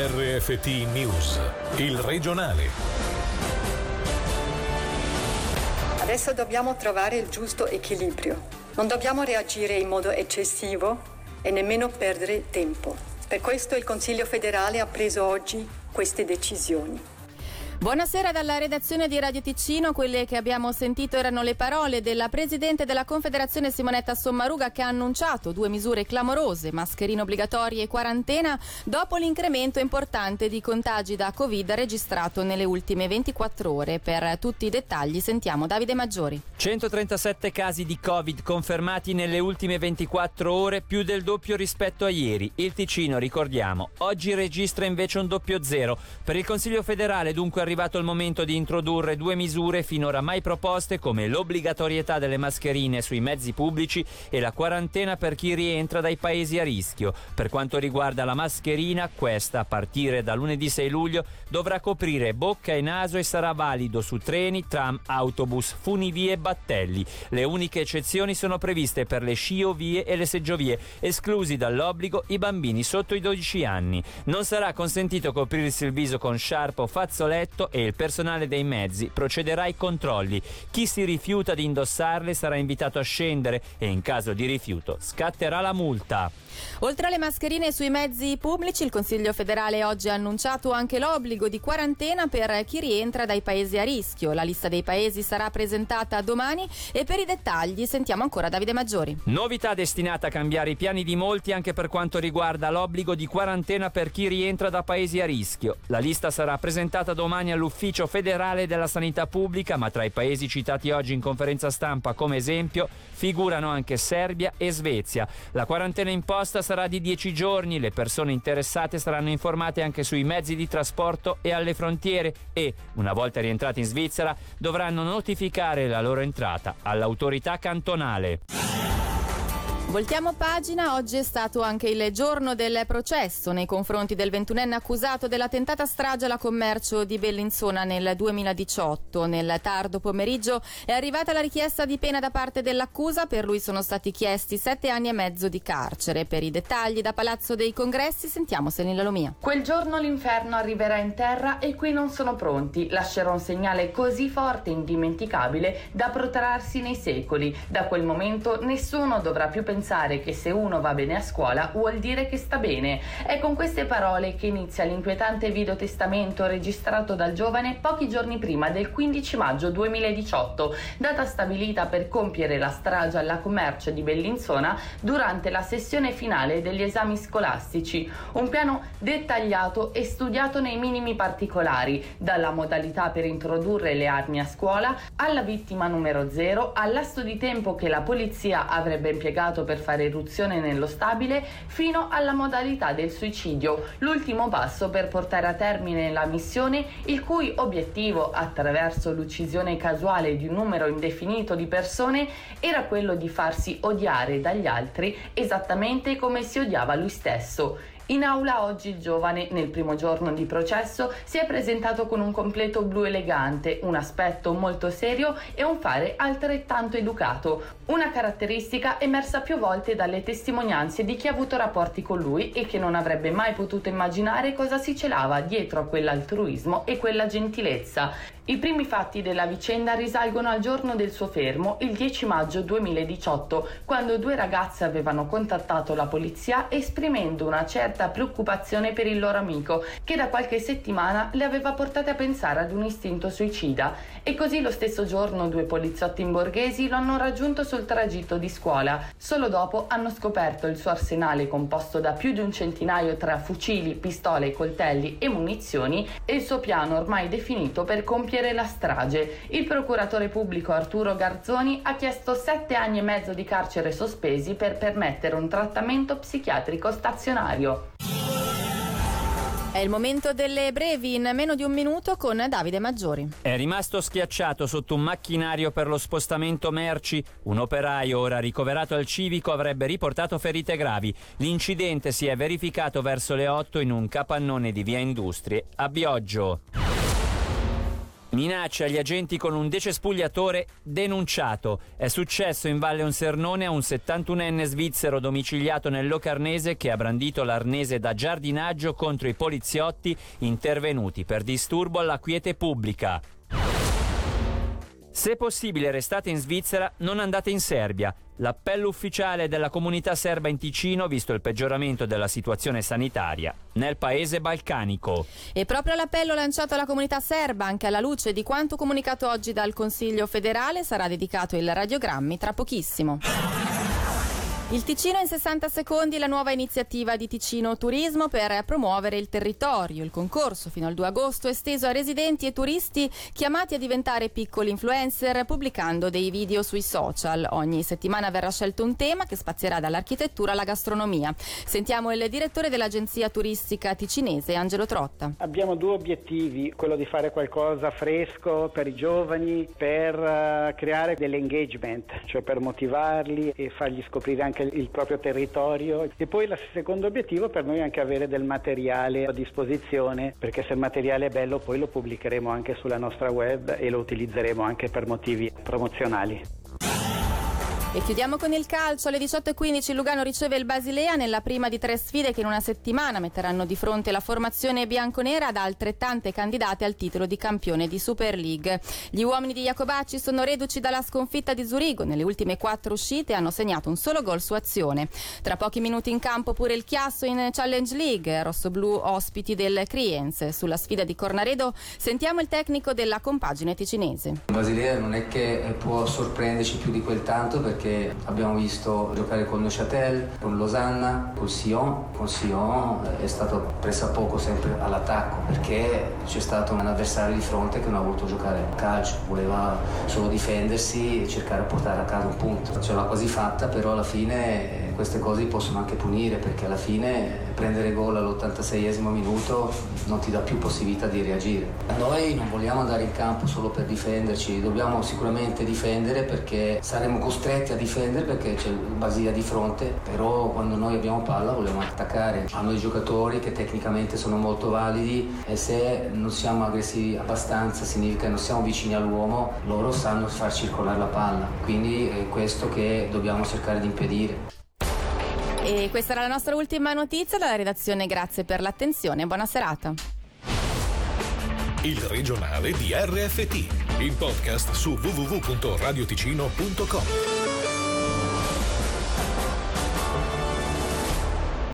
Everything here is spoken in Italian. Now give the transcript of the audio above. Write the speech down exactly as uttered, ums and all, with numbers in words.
R F T News, il regionale. Adesso dobbiamo trovare il giusto equilibrio. Non dobbiamo reagire in modo eccessivo e nemmeno perdere tempo. Per questo il Consiglio federale ha preso oggi queste decisioni. Buonasera dalla redazione di Radio Ticino. Quelle che abbiamo sentito erano le parole della Presidente della Confederazione Simonetta Sommaruga, che ha annunciato due misure clamorose, mascherine obbligatorie e quarantena, dopo l'incremento importante di contagi da Covid registrato nelle ultime ventiquattro ore. Per tutti i dettagli sentiamo Davide Maggiori. centotrentasette casi di Covid confermati nelle ultime ventiquattro ore, più del doppio rispetto a ieri. Il Ticino, ricordiamo, oggi registra invece un doppio zero. Per il Consiglio federale dunque è arrivato il momento di introdurre due misure finora mai proposte, come l'obbligatorietà delle mascherine sui mezzi pubblici e la quarantena per chi rientra dai paesi a rischio. Per quanto riguarda la mascherina, questa a partire da lunedì sei luglio dovrà coprire bocca e naso e sarà valido su treni, tram, autobus, funivie e battelli. Le uniche eccezioni sono previste per le sciovie e le seggiovie, esclusi dall'obbligo i bambini sotto i dodici anni. Non sarà consentito coprirsi il viso con sciarpa o fazzoletto e il personale dei mezzi procederà ai controlli. Chi si rifiuta di indossarle sarà invitato a scendere e in caso di rifiuto scatterà la multa. Oltre alle mascherine sui mezzi pubblici, il Consiglio federale oggi ha annunciato anche l'obbligo di quarantena per chi rientra dai paesi a rischio. La lista dei paesi sarà presentata domani e per i dettagli sentiamo ancora Davide Maggiori. Novità destinata a cambiare i piani di molti anche per quanto riguarda l'obbligo di quarantena per chi rientra da paesi a rischio. La lista sarà presentata domani all'Ufficio federale della sanità pubblica, ma tra i paesi citati oggi in conferenza stampa come esempio figurano anche Serbia e Svezia. La quarantena imposta sarà di dieci giorni, le persone interessate saranno informate anche sui mezzi di trasporto e alle frontiere e, una volta rientrati in Svizzera, dovranno notificare la loro entrata all'autorità cantonale. Voltiamo pagina. Oggi è stato anche il giorno del processo nei confronti del ventunenne accusato della tentata strage alla Commercio di Bellinzona nel duemiladiciotto. Nel tardo pomeriggio è arrivata la richiesta di pena da parte dell'accusa. Per lui sono stati chiesti sette anni e mezzo di carcere. Per i dettagli da Palazzo dei Congressi sentiamo Selina Lomia. Quel giorno l'inferno arriverà in terra e qui non sono pronti. Lascerò un segnale così forte e indimenticabile da protrarsi nei secoli. Da quel momento nessuno dovrà più pensare che se uno va bene a scuola vuol dire che sta bene. È con queste parole che inizia l'inquietante videotestamento registrato dal giovane pochi giorni prima del quindici maggio duemiladiciotto, data stabilita per compiere la strage alla Commercio di Bellinzona durante la sessione finale degli esami scolastici. Un piano dettagliato e studiato nei minimi particolari, dalla modalità per introdurre le armi a scuola alla vittima numero zero, al lasso di tempo che la polizia avrebbe impiegato per fare irruzione nello stabile, fino alla modalità del suicidio, l'ultimo passo per portare a termine la missione, il cui obiettivo, attraverso l'uccisione casuale di un numero indefinito di persone, era quello di farsi odiare dagli altri esattamente come si odiava lui stesso. In aula oggi il giovane, nel primo giorno di processo, si è presentato con un completo blu elegante, un aspetto molto serio e un fare altrettanto educato, una caratteristica emersa più volte dalle testimonianze di chi ha avuto rapporti con lui e che non avrebbe mai potuto immaginare cosa si celava dietro a quell'altruismo e quella gentilezza. I primi fatti della vicenda risalgono al giorno del suo fermo, il dieci maggio duemiladiciotto, quando due ragazze avevano contattato la polizia esprimendo una certa preoccupazione per il loro amico, che da qualche settimana le aveva portate a pensare ad un istinto suicida. E così lo stesso giorno due poliziotti imborghesi lo hanno raggiunto sul tragitto di scuola. Solo dopo hanno scoperto il suo arsenale composto da più di un centinaio tra fucili, pistole, coltelli e munizioni e il suo piano ormai definito per compiere la strage. Il procuratore pubblico Arturo Garzoni ha chiesto sette anni e mezzo di carcere sospesi per permettere un trattamento psichiatrico stazionario. È il momento delle brevi in meno di un minuto con Davide Maggiori. È rimasto schiacciato sotto un macchinario per lo spostamento merci. Un operaio ora ricoverato al civico avrebbe riportato ferite gravi. L'incidente si è verificato verso le otto in un capannone di via Industrie a Bioggio. Minaccia agli agenti con un decespugliatore denunciato. È successo in Valle Onsernone a un settantunenne svizzero domiciliato nel Locarnese che ha brandito l'arnese da giardinaggio contro i poliziotti intervenuti per disturbo alla quiete pubblica. Se possibile restate in Svizzera, non andate in Serbia. L'appello ufficiale della comunità serba in Ticino, visto il peggioramento della situazione sanitaria nel paese balcanico. E proprio l'appello lanciato alla comunità serba, anche alla luce di quanto comunicato oggi dal Consiglio federale, sarà dedicato il Radiogrammi tra pochissimo. Il Ticino in sessanta secondi, la nuova iniziativa di Ticino Turismo per promuovere il territorio. Il concorso fino al due agosto è esteso a residenti e turisti chiamati a diventare piccoli influencer pubblicando dei video sui social. Ogni settimana verrà scelto un tema che spazierà dall'architettura alla gastronomia. Sentiamo il direttore dell'agenzia turistica ticinese, Angelo Trotta. Abbiamo due obiettivi, quello di fare qualcosa fresco per i giovani, per uh, creare dell'engagement, cioè per motivarli e fargli scoprire anche il proprio territorio, e poi il secondo obiettivo per noi è anche avere del materiale a disposizione, perché se il materiale è bello poi lo pubblicheremo anche sulla nostra web e lo utilizzeremo anche per motivi promozionali. E chiudiamo con il calcio. Alle diciotto e quindici Lugano riceve il Basilea nella prima di tre sfide che in una settimana metteranno di fronte la formazione bianconera ad altrettante candidate al titolo di campione di Super League. Gli uomini di Jacobacci sono reduci dalla sconfitta di Zurigo. Nelle ultime quattro uscite hanno segnato un solo gol su azione. Tra pochi minuti in campo pure il Chiasso in Challenge League, rossoblù ospiti del Criense. Sulla sfida di Cornaredo sentiamo il tecnico della compagine ticinese. Il Basilea non è che può sorprenderci più di quel tanto, perché perché abbiamo visto giocare con Neuchâtel, con Losanna, con Sion. Con Sion è stato pressappoco sempre all'attacco, perché c'è stato un avversario di fronte che non ha voluto giocare a calcio, voleva solo difendersi e cercare di portare a casa un punto. Ce l'ha quasi fatta, però alla fine queste cose possono anche punire, perché alla fine prendere gol all'ottantaseiesimo minuto non ti dà più possibilità di reagire. Noi non vogliamo andare in campo solo per difenderci, dobbiamo sicuramente difendere, perché saremo costretti a difendere perché c'è il Basilea di fronte, però quando noi abbiamo palla vogliamo attaccare. Hanno dei giocatori che tecnicamente sono molto validi e se non siamo aggressivi abbastanza significa che non siamo vicini all'uomo, loro sanno far circolare la palla, quindi è questo che dobbiamo cercare di impedire. E questa era la nostra ultima notizia dalla redazione, grazie per l'attenzione, buona serata. Il regionale di R F T, il podcast su w w w punto radioticino punto com.